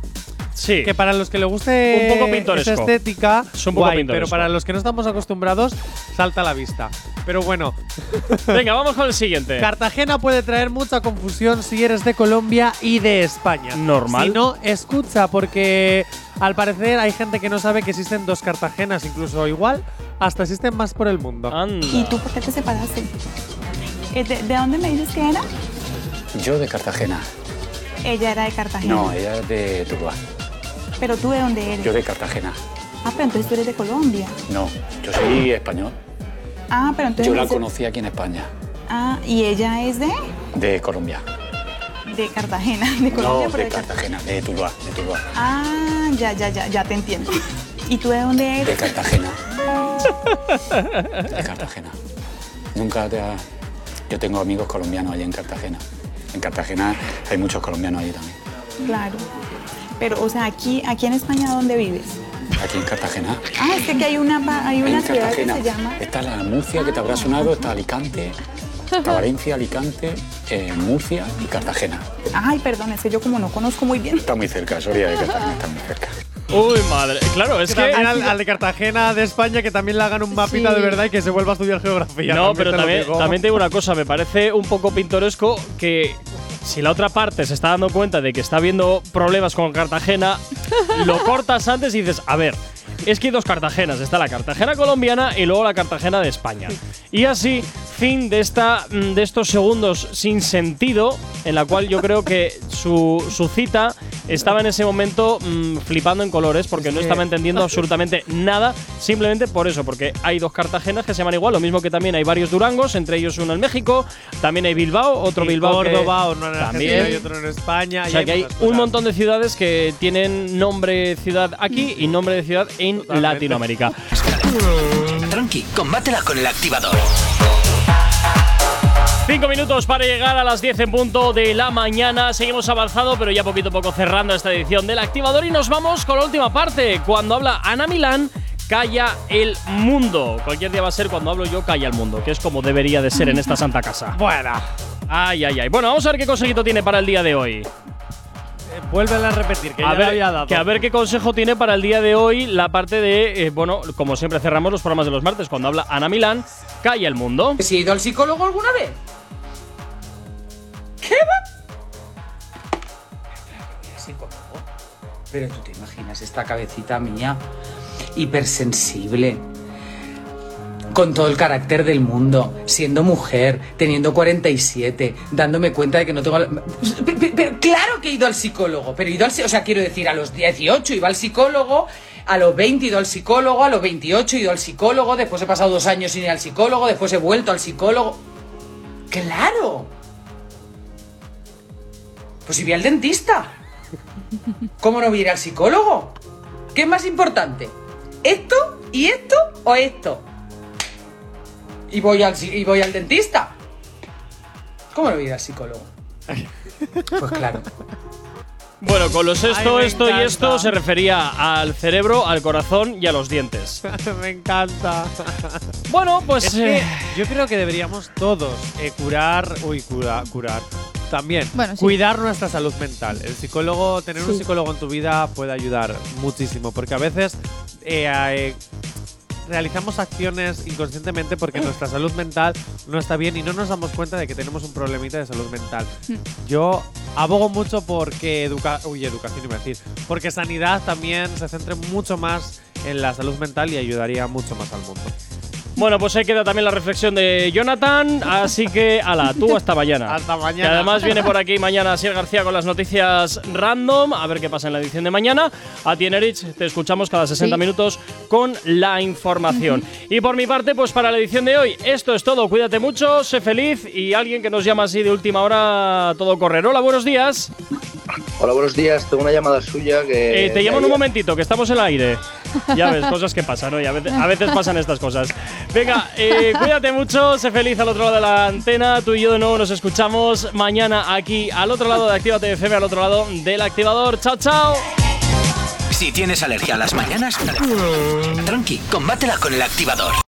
Sí. Que para los que le guste Un poco pintoresco. esa estética, Es un poco guay, pintoresco. pero para los que no estamos acostumbrados, salta a la vista. Pero bueno, Venga, vamos con el siguiente. Cartagena puede traer mucha confusión si eres de Colombia y de España. Normal. Si no, escucha, porque al parecer hay gente que no sabe que existen dos Cartagenas, incluso igual, hasta existen más por el mundo. Anda. ¿Y tú por qué te separaste? Eh, ¿De, de dónde me dices que era? Yo de Cartagena. Ella era de Cartagena. No, ella es de Tuluá. ¿Pero tú de dónde eres? Yo de Cartagena. Ah, pero entonces tú eres de Colombia. No, yo soy español. Ah, pero entonces… Yo la dices- conocí aquí en España, Ah, ¿y ella es de? de Colombia. De Cartagena. De Colombia, No, pero de Cartagena, de Tuluá, de Tuluá. Ah, ya, ya, ya, ya te entiendo. ¿Y tú de dónde De eres? Cartagena. De Cartagena. Nunca te ha… Yo tengo amigos colombianos allí en Cartagena. En Cartagena hay muchos colombianos allí también. Claro. Pero, o sea, aquí, aquí en España, ¿dónde vives? Aquí en Cartagena. Ah, es que aquí hay una, pa- hay una En ciudad que Cartagena. se llama… Está la Murcia, que te habrá sonado, está Alicante, está Valencia, Alicante, eh, Murcia y Cartagena. Ay, perdón, es que yo como no conozco muy bien. Está muy cerca, Soria de Cartagena está muy cerca. Uy, madre. Claro, es que. También al, al de Cartagena de España que también le hagan un mapita Sí. de verdad y que se vuelva a estudiar geografía. No, pero te lo también, digo. también te digo una cosa, me parece un poco pintoresco que si la otra parte se está dando cuenta de que está habiendo problemas con Cartagena, lo cortas antes y dices, a ver, es que hay dos Cartagenas, está la Cartagena colombiana y luego la Cartagena de España. Y así, fin de, esta, de estos segundos sin sentido, en la cual yo creo que su, su cita estaba en ese momento mmm, flipando en colores porque Es no que- estaba entendiendo absolutamente nada, simplemente por eso, porque hay dos Cartagenas que se llaman igual, lo mismo que también hay varios Durangos, entre ellos uno en México, también hay Bilbao, otro Y Bilbao Córdoba, que uno en también. Argentina y otro en España. O y sea que hay muchas un cosas. montón de ciudades que tienen nombre ciudad aquí y nombre de ciudad en Latinoamérica. Tranqui, combátela con el activador. Cinco minutos para llegar a las diez en punto de la mañana. Seguimos avanzando, pero ya poquito a poco cerrando esta edición del Activador. Y nos vamos con la última parte. Cuando habla Ana Milán, calla el mundo. Cualquier día va a ser cuando hablo yo, calla el mundo, que es como debería de ser en esta santa casa. Bueno, Ay, ay, ay. Bueno, vamos a ver qué consejito tiene para el día de hoy. Vuelven a repetir, que a ya ver, le había dado. Que a ver qué consejo tiene para el día de hoy la parte de, eh, bueno, como siempre cerramos los programas de los martes cuando habla Ana Milán, Calla el Mundo. ¿Has ido al psicólogo alguna vez? ¿Qué va? ¿Psicólogo? Pero tú te imaginas esta cabecita mía, hipersensible, con todo el carácter del mundo, siendo mujer, teniendo cuarenta y siete, dándome cuenta de que no tengo... Pero, pero claro que he ido al psicólogo, pero he ido al... O sea, quiero decir, a los dieciocho iba al psicólogo, a los veinte he ido al psicólogo, a los veintiocho he ido al psicólogo, después he pasado dos años sin ir al psicólogo, después he vuelto al psicólogo... ¡Claro! Pues si voy al dentista. ¿Cómo no voy a ir al psicólogo? ¿Qué es más importante? ¿Esto y esto o esto? Y voy al, y voy al dentista. ¿Cómo no voy a ir al psicólogo? Pues claro. Bueno, con los esto, Ay, esto encanta. y esto se refería al cerebro, al corazón y a los dientes. Me encanta. Bueno, pues… Es que eh, yo creo que deberíamos todos eh, curar… Uy, cura, curar. También, Bueno, sí. cuidar nuestra salud mental. El psicólogo, tener un Sí. psicólogo en tu vida puede ayudar muchísimo, porque a veces eh, eh, realizamos acciones inconscientemente porque nuestra salud mental no está bien y no nos damos cuenta de que tenemos un problemita de salud mental. Yo abogo mucho porque educa Uy, educación iba a decir, porque sanidad también se centre mucho más en la salud mental y ayudaría mucho más al mundo. bueno, pues ahí queda también la reflexión de Jonathan. Así que, ala, tú hasta mañana. Hasta Que mañana. además viene por aquí mañana Asier García con las noticias random. A ver qué pasa en la edición de mañana. A ti, Enerich, te escuchamos cada sesenta Sí. minutos con la información. Y por mi parte, pues para la edición de hoy, esto es todo. Cuídate mucho, sé feliz y alguien que nos llama así de última hora, todo correr. Hola, buenos días. Hola, buenos días. Tengo una llamada suya que… Eh, te llamo en un momentito, que estamos en el aire. Ya ves, cosas que pasan, ¿no? Y a veces, a veces pasan estas cosas. Venga, eh, cuídate mucho, sé feliz al otro lado de la antena. Tú y yo de nuevo nos escuchamos mañana aquí al otro lado de Actívate F M, al otro lado del activador. ¡Chao, chao! Si tienes alergia a las mañanas, tranqui, combátela con el activador.